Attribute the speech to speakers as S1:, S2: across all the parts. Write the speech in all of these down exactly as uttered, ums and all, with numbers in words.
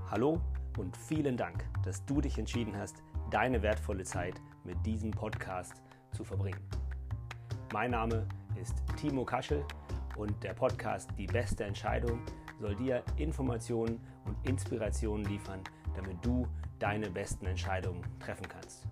S1: Hallo und vielen Dank, dass du dich entschieden hast, deine wertvolle Zeit mit diesem Podcast zu verbringen. Mein Name ist Timo Kaschel und der Podcast Die beste Entscheidung soll dir Informationen und Inspirationen liefern, damit du deine besten Entscheidungen treffen kannst.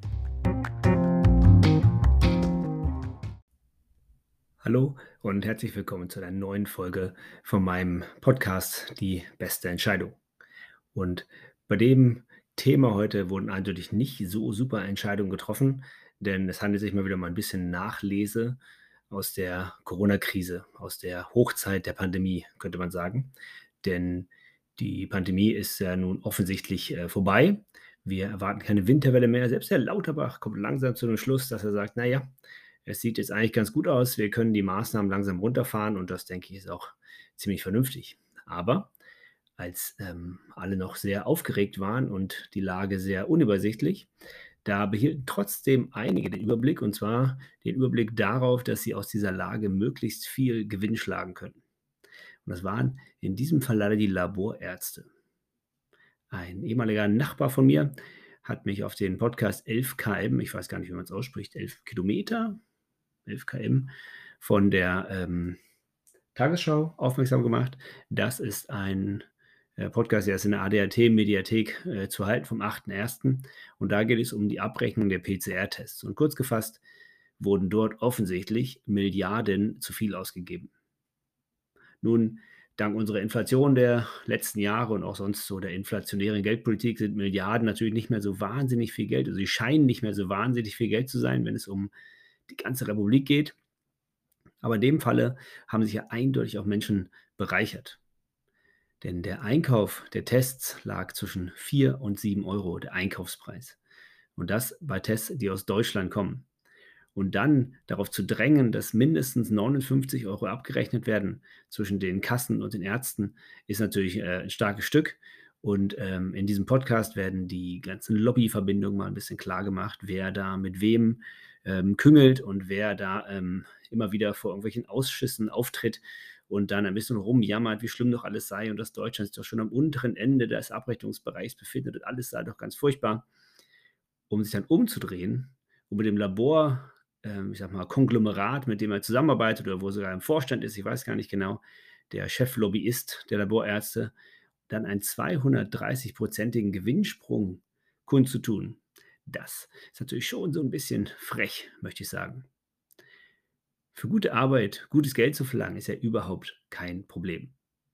S1: Hallo und herzlich willkommen zu einer neuen Folge von meinem Podcast Die beste Entscheidung. Und bei dem Thema heute wurden eindeutig nicht so super Entscheidungen getroffen, denn es handelt sich mal wieder um ein bisschen Nachlese aus der Corona-Krise, aus der Hochzeit der Pandemie, könnte man sagen. Denn die Pandemie ist ja nun offensichtlich äh, vorbei. Wir erwarten keine Winterwelle mehr. Selbst Herr Lauterbach kommt langsam zu dem Schluss, dass er sagt, naja, es sieht jetzt eigentlich ganz gut aus. Wir können die Maßnahmen langsam runterfahren und das, denke ich, ist auch ziemlich vernünftig. Aber als ähm, alle noch sehr aufgeregt waren und die Lage sehr unübersichtlich, da behielten trotzdem einige den Überblick, und zwar den Überblick darauf, dass sie aus dieser Lage möglichst viel Gewinn schlagen können. Und das waren in diesem Fall leider die Laborärzte. Ein ehemaliger Nachbar von mir hat mich auf den Podcast elf Kilometer, ich weiß gar nicht, wie man es ausspricht, elf Kilometer, elf Kilometer von der ähm, Tagesschau aufmerksam gemacht. Das ist ein äh, Podcast, der ist in der A D A T-Mediathek äh, zu halten vom achten ersten Und da geht es um die Abrechnung der P C R-Tests. Und kurz gefasst wurden dort offensichtlich Milliarden zu viel ausgegeben. Nun, dank unserer Inflation der letzten Jahre und auch sonst so der inflationären Geldpolitik sind Milliarden natürlich nicht mehr so wahnsinnig viel Geld. Also sie scheinen nicht mehr so wahnsinnig viel Geld zu sein, wenn es um die ganze Republik geht. Aber in dem Falle haben sich ja eindeutig auch Menschen bereichert. Denn der Einkauf der Tests lag zwischen vier und sieben Euro, der Einkaufspreis. Und das bei Tests, die aus Deutschland kommen. Und dann darauf zu drängen, dass mindestens neunundfünfzig Euro abgerechnet werden zwischen den Kassen und den Ärzten, ist natürlich äh, ein starkes Stück. Und ähm, in diesem Podcast werden die ganzen Lobbyverbindungen mal ein bisschen klar gemacht, wer da mit wem ähm, küngelt und wer da ähm, immer wieder vor irgendwelchen Ausschüssen auftritt und dann ein bisschen rumjammert, wie schlimm doch alles sei und dass Deutschland sich doch schon am unteren Ende des Abrechnungsbereichs befindet und alles sei doch ganz furchtbar, um sich dann umzudrehen und mit dem Labor, ähm, ich sag mal, Konglomerat, mit dem er zusammenarbeitet oder wo er sogar im Vorstand ist, ich weiß gar nicht genau, der Cheflobbyist der Laborärzte, dann einen zweihundertdreißig-prozentigen Gewinnsprung kundzutun. Das ist natürlich schon so ein bisschen frech, möchte ich sagen. Für gute Arbeit gutes Geld zu verlangen, ist ja überhaupt kein Problem.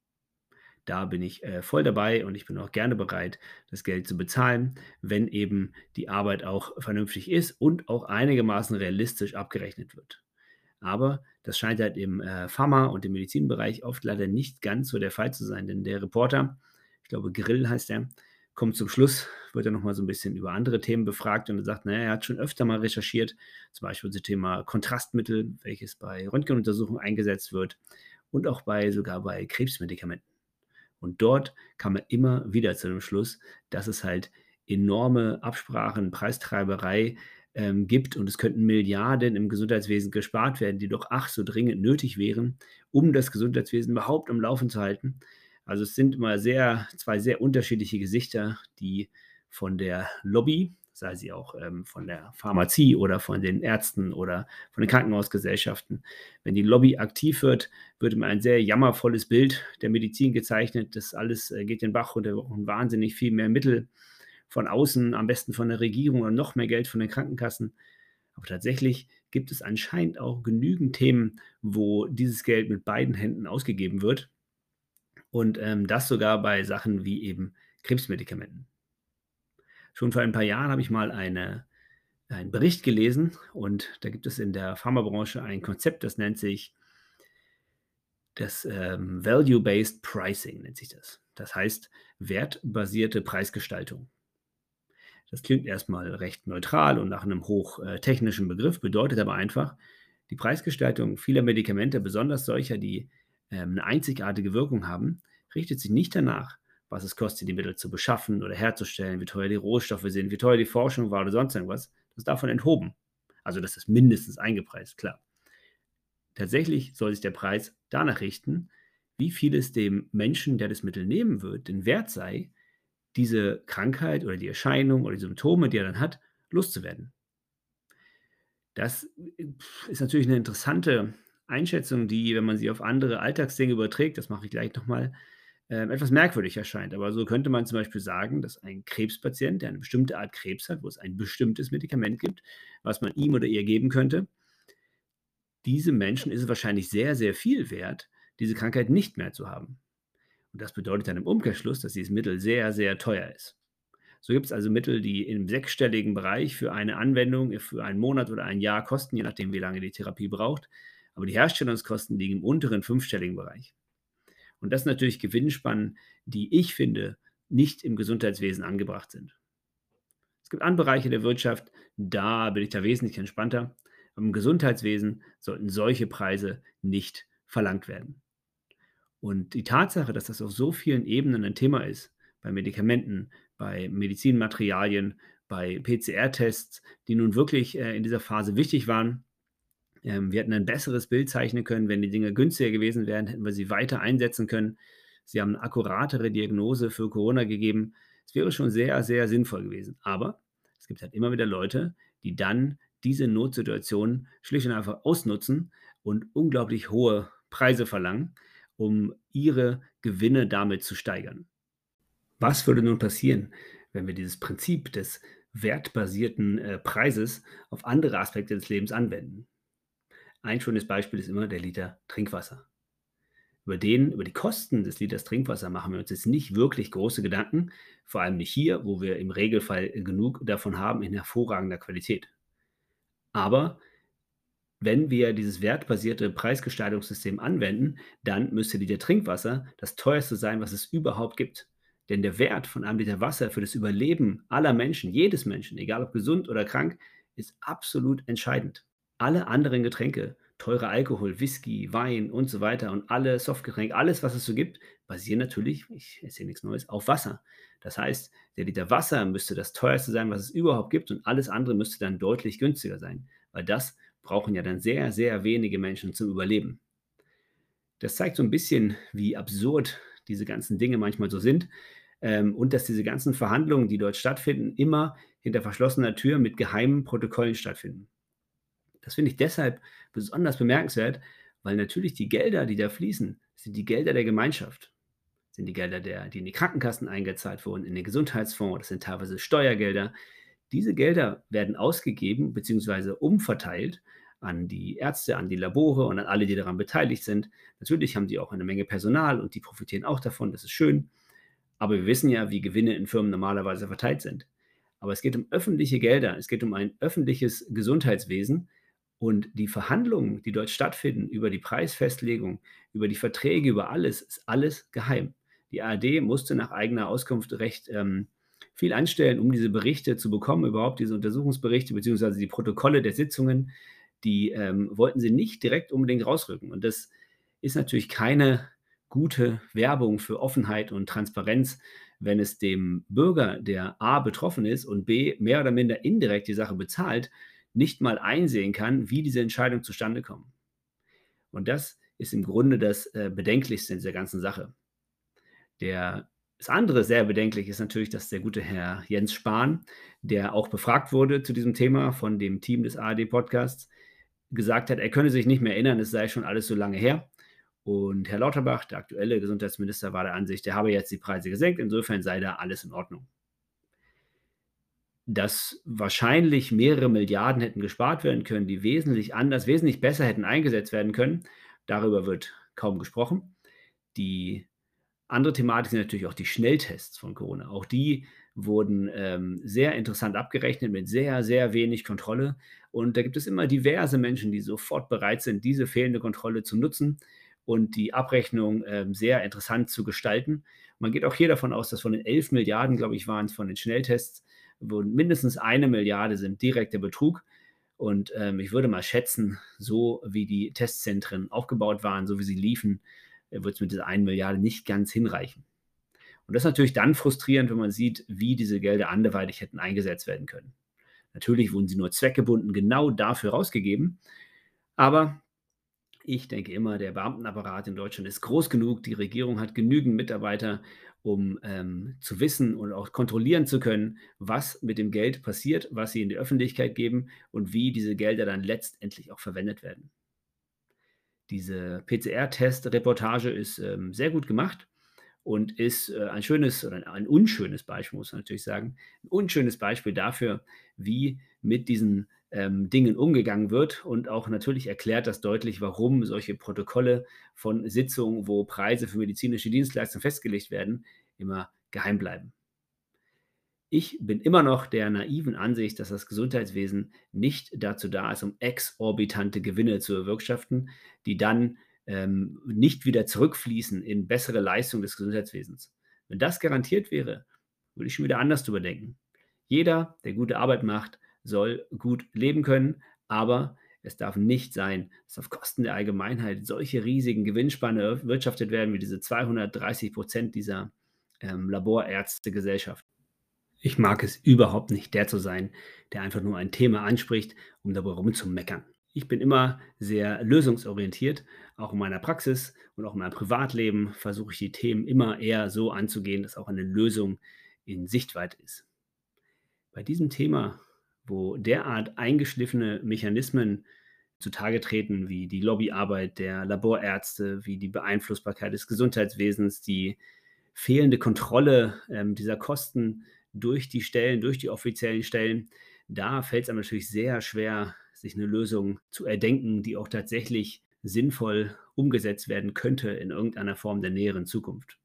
S1: Da bin ich äh, voll dabei und ich bin auch gerne bereit, das Geld zu bezahlen, wenn eben die Arbeit auch vernünftig ist und auch einigermaßen realistisch abgerechnet wird. Aber das scheint halt im äh, Pharma- und im Medizinbereich oft leider nicht ganz so der Fall zu sein, denn der Reporter, ich glaube Grill heißt er, kommt zum Schluss, wird er nochmal so ein bisschen über andere Themen befragt und er sagt, naja, er hat schon öfter mal recherchiert, zum Beispiel zum Thema Kontrastmittel, welches bei Röntgenuntersuchungen eingesetzt wird und auch bei sogar bei Krebsmedikamenten. Und dort kam er immer wieder zu dem Schluss, dass es halt enorme Absprachen, Preistreiberei ähm, gibt und es könnten Milliarden im Gesundheitswesen gespart werden, die doch ach so dringend nötig wären, um das Gesundheitswesen überhaupt am Laufen zu halten. Also es sind immer sehr, zwei sehr unterschiedliche Gesichter, die von der Lobby, sei sie auch ähm, von der Pharmazie oder von den Ärzten oder von den Krankenhausgesellschaften, wenn die Lobby aktiv wird, wird immer ein sehr jammervolles Bild der Medizin gezeichnet. Das alles äh, geht den Bach runter, wir brauchen wahnsinnig viel mehr Mittel von außen, am besten von der Regierung oder noch mehr Geld von den Krankenkassen. Aber tatsächlich gibt es anscheinend auch genügend Themen, wo dieses Geld mit beiden Händen ausgegeben wird. Und ähm, das sogar bei Sachen wie eben Krebsmedikamenten. Schon vor ein paar Jahren habe ich mal eine, einen Bericht gelesen und da gibt es in der Pharmabranche ein Konzept, das nennt sich das ähm, Value-Based Pricing, nennt sich das. Das heißt wertbasierte Preisgestaltung. Das klingt erstmal recht neutral und nach einem hochtechnischen Begriff, bedeutet aber einfach, die Preisgestaltung vieler Medikamente, besonders solcher, die ähm, eine einzigartige Wirkung haben, richtet sich nicht danach, was es kostet, die Mittel zu beschaffen oder herzustellen, wie teuer die Rohstoffe sind, wie teuer die Forschung war oder sonst irgendwas. Das ist davon enthoben. Also das ist mindestens eingepreist, klar. Tatsächlich soll sich der Preis danach richten, wie viel es dem Menschen, der das Mittel nehmen wird, den Wert sei, diese Krankheit oder die Erscheinung oder die Symptome, die er dann hat, loszuwerden. Das äh, ist natürlich eine interessante Einschätzung, die, wenn man sie auf andere Alltagsdinge überträgt, das mache ich gleich noch mal, ähm, etwas merkwürdig erscheint. Aber so könnte man zum Beispiel sagen, dass ein Krebspatient, der eine bestimmte Art Krebs hat, wo es ein bestimmtes Medikament gibt, was man ihm oder ihr geben könnte, diesem Menschen ist es wahrscheinlich sehr, sehr viel wert, diese Krankheit nicht mehr zu haben. Und das bedeutet dann im Umkehrschluss, dass dieses Mittel sehr, sehr teuer ist. So gibt es also Mittel, die im sechsstelligen Bereich für eine Anwendung äh, für einen Monat oder ein Jahr kosten, je nachdem, wie lange die Therapie braucht. Aber die Herstellungskosten liegen im unteren fünfstelligen Bereich. Und das sind natürlich Gewinnspannen, die ich finde, nicht im Gesundheitswesen angebracht sind. Es gibt andere Bereiche der Wirtschaft, da bin ich da wesentlich entspannter. Aber im Gesundheitswesen sollten solche Preise nicht verlangt werden. Und die Tatsache, dass das auf so vielen Ebenen ein Thema ist, bei Medikamenten, bei Medizinmaterialien, bei P C R-Tests, die nun wirklich äh, in dieser Phase wichtig waren. Ähm, wir hätten ein besseres Bild zeichnen können, wenn die Dinge günstiger gewesen wären, hätten wir sie weiter einsetzen können. Sie haben eine akkuratere Diagnose für Corona gegeben. Es wäre schon sehr, sehr sinnvoll gewesen. Aber es gibt halt immer wieder Leute, die dann diese Notsituation schlicht und einfach ausnutzen und unglaublich hohe Preise verlangen, um ihre Gewinne damit zu steigern. Was würde nun passieren, wenn wir dieses Prinzip des wertbasierten äh, Preises auf andere Aspekte des Lebens anwenden? Ein schönes Beispiel ist immer der Liter Trinkwasser. Über den, über die Kosten des Liters Trinkwasser machen wir uns jetzt nicht wirklich große Gedanken, vor allem nicht hier, wo wir im Regelfall genug davon haben in hervorragender Qualität. Aber wenn wir dieses wertbasierte Preisgestaltungssystem anwenden, dann müsste Liter Trinkwasser das teuerste sein, was es überhaupt gibt. Denn der Wert von einem Liter Wasser für das Überleben aller Menschen, jedes Menschen, egal ob gesund oder krank, ist absolut entscheidend. Alle anderen Getränke, teurer Alkohol, Whisky, Wein und so weiter und alle Softgetränke, alles, was es so gibt, basieren natürlich, ich erzähle nichts Neues, auf Wasser. Das heißt, der Liter Wasser müsste das teuerste sein, was es überhaupt gibt und alles andere müsste dann deutlich günstiger sein, weil das brauchen ja dann sehr, sehr wenige Menschen zum Überleben. Das zeigt so ein bisschen, wie absurd diese ganzen Dinge manchmal so sind, ähm, und dass diese ganzen Verhandlungen, die dort stattfinden, immer hinter verschlossener Tür mit geheimen Protokollen stattfinden. Das finde ich deshalb besonders bemerkenswert, weil natürlich die Gelder, die da fließen, sind die Gelder der Gemeinschaft. Sind die Gelder, der, die in die Krankenkassen eingezahlt wurden, in den Gesundheitsfonds, das sind teilweise Steuergelder. Diese Gelder werden ausgegeben bzw. umverteilt an die Ärzte, an die Labore und an alle, die daran beteiligt sind. Natürlich haben die auch eine Menge Personal und die profitieren auch davon, das ist schön. Aber wir wissen ja, wie Gewinne in Firmen normalerweise verteilt sind. Aber es geht um öffentliche Gelder, es geht um ein öffentliches Gesundheitswesen und die Verhandlungen, die dort stattfinden über die Preisfestlegung, über die Verträge, über alles, ist alles geheim. Die A R D musste nach eigener Auskunft recht ähm, viel anstellen, um diese Berichte zu bekommen, überhaupt diese Untersuchungsberichte beziehungsweise die Protokolle der Sitzungen, die ähm, wollten sie nicht direkt unbedingt rausrücken. Und das ist natürlich keine gute Werbung für Offenheit und Transparenz, wenn es dem Bürger, der A betroffen ist und B mehr oder minder indirekt die Sache bezahlt, nicht mal einsehen kann, wie diese Entscheidungen zustande kommen. Und das ist im Grunde das äh, Bedenklichste in dieser ganzen Sache. Der, das andere sehr bedenklich ist natürlich, dass der gute Herr Jens Spahn, der auch befragt wurde zu diesem Thema von dem Team des A R D-Podcasts, gesagt hat, er könne sich nicht mehr erinnern, es sei schon alles so lange her. Und Herr Lauterbach, der aktuelle Gesundheitsminister, war der Ansicht, der habe jetzt die Preise gesenkt, insofern sei da alles in Ordnung. Dass wahrscheinlich mehrere Milliarden hätten gespart werden können, die wesentlich anders, wesentlich besser hätten eingesetzt werden können, darüber wird kaum gesprochen. Die andere Thematik sind natürlich auch die Schnelltests von Corona. Auch die wurden ähm, sehr interessant abgerechnet mit sehr, sehr wenig Kontrolle. Und da gibt es immer diverse Menschen, die sofort bereit sind, diese fehlende Kontrolle zu nutzen und die Abrechnung ähm, sehr interessant zu gestalten. Man geht auch hier davon aus, dass von den elf Milliarden, glaube ich, waren es von den Schnelltests, wo mindestens eine Milliarde sind direkter Betrug. Und ähm, ich würde mal schätzen, so wie die Testzentren aufgebaut waren, so wie sie liefen, wird es mit dieser einen Milliarde nicht ganz hinreichen. Und das ist natürlich dann frustrierend, wenn man sieht, wie diese Gelder anderweitig hätten eingesetzt werden können. Natürlich wurden sie nur zweckgebunden genau dafür rausgegeben, aber Ich denke immer, der Beamtenapparat in Deutschland ist groß genug. Die Regierung hat genügend Mitarbeiter, um ähm, zu wissen und auch kontrollieren zu können, was mit dem Geld passiert, was sie in die Öffentlichkeit geben und wie diese Gelder dann letztendlich auch verwendet werden. Diese P C R-Test-Reportage ist ähm, sehr gut gemacht und ist äh, ein schönes oder ein unschönes Beispiel, muss man natürlich sagen, ein unschönes Beispiel dafür, wie mit diesen ähm, Dingen umgegangen wird und auch natürlich erklärt das deutlich, warum solche Protokolle von Sitzungen, wo Preise für medizinische Dienstleistungen festgelegt werden, immer geheim bleiben. Ich bin immer noch der naiven Ansicht, dass das Gesundheitswesen nicht dazu da ist, um exorbitante Gewinne zu erwirtschaften, die dann ähm, nicht wieder zurückfließen in bessere Leistung des Gesundheitswesens. Wenn das garantiert wäre, würde ich schon wieder anders drüber denken. Jeder, der gute Arbeit macht, soll gut leben können, aber es darf nicht sein, dass auf Kosten der Allgemeinheit solche riesigen Gewinnspanne erwirtschaftet werden, wie diese zweihundertdreißig Prozent dieser ähm, Laborärztegesellschaft. Ich mag es überhaupt nicht, der zu sein, der einfach nur ein Thema anspricht, um dabei rumzumeckern. Ich bin immer sehr lösungsorientiert, auch in meiner Praxis und auch in meinem Privatleben versuche ich die Themen immer eher so anzugehen, dass auch eine Lösung in Sichtweite ist. Bei diesem Thema, wo derart eingeschliffene Mechanismen zutage treten, wie die Lobbyarbeit der Laborärzte, wie die Beeinflussbarkeit des Gesundheitswesens, die fehlende Kontrolle ähm, dieser Kosten durch die Stellen, durch die offiziellen Stellen, da fällt es einem natürlich sehr schwer, sich eine Lösung zu erdenken, die auch tatsächlich sinnvoll umgesetzt werden könnte in irgendeiner Form der näheren Zukunft.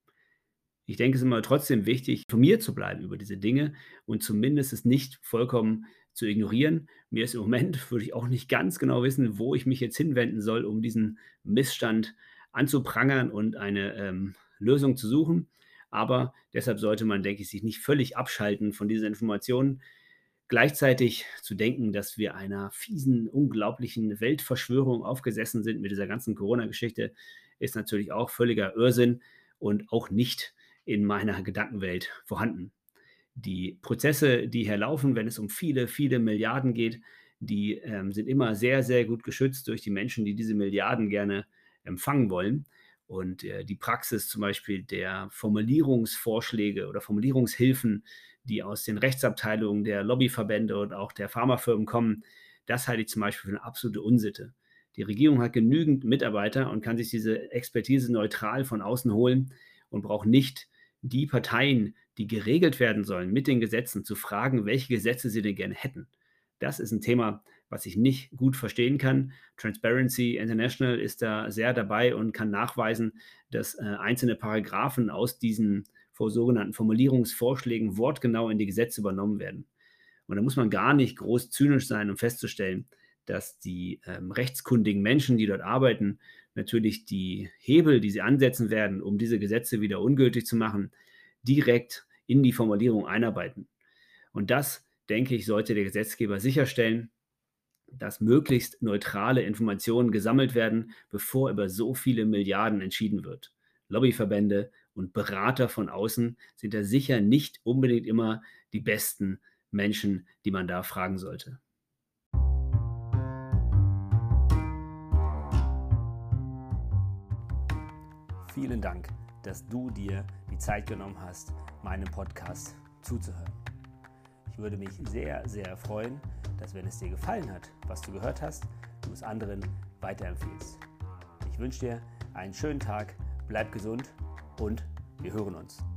S1: Ich denke, es ist immer trotzdem wichtig, informiert zu bleiben über diese Dinge und zumindest es nicht vollkommen zu ignorieren. Mir ist im Moment, würde ich auch nicht ganz genau wissen, wo ich mich jetzt hinwenden soll, um diesen Missstand anzuprangern und eine ähm, Lösung zu suchen. Aber deshalb sollte man, denke ich, sich nicht völlig abschalten von diesen Informationen. Gleichzeitig zu denken, dass wir einer fiesen, unglaublichen Weltverschwörung aufgesessen sind mit dieser ganzen Corona-Geschichte, ist natürlich auch völliger Irrsinn und auch nicht in meiner Gedankenwelt vorhanden. Die Prozesse, die hier laufen, wenn es um viele, viele Milliarden geht, die ähm, sind immer sehr, sehr gut geschützt durch die Menschen, die diese Milliarden gerne empfangen wollen. Und äh, die Praxis zum Beispiel der Formulierungsvorschläge oder Formulierungshilfen, die aus den Rechtsabteilungen der Lobbyverbände und auch der Pharmafirmen kommen, das halte ich zum Beispiel für eine absolute Unsitte. Die Regierung hat genügend Mitarbeiter und kann sich diese Expertise neutral von außen holen und braucht nicht die Parteien, die geregelt werden sollen mit den Gesetzen, zu fragen, welche Gesetze sie denn gerne hätten. Das ist ein Thema, was ich nicht gut verstehen kann. Transparency International ist da sehr dabei und kann nachweisen, dass äh, einzelne Paragraphen aus diesen vor sogenannten Formulierungsvorschlägen wortgenau in die Gesetze übernommen werden. Und da muss man gar nicht groß zynisch sein, um festzustellen, dass die ähm, rechtskundigen Menschen, die dort arbeiten, natürlich die Hebel, die sie ansetzen werden, um diese Gesetze wieder ungültig zu machen, direkt in die Formulierung einarbeiten. Und das, denke ich, sollte der Gesetzgeber sicherstellen, dass möglichst neutrale Informationen gesammelt werden, bevor über so viele Milliarden entschieden wird. Lobbyverbände und Berater von außen sind da sicher nicht unbedingt immer die besten Menschen, die man da fragen sollte. Vielen Dank, dass du dir die Zeit genommen hast, meinem Podcast zuzuhören. Ich würde mich sehr, sehr freuen, dass, wenn es dir gefallen hat, was du gehört hast, du es anderen weiterempfiehlst. Ich wünsche dir einen schönen Tag, bleib gesund und wir hören uns.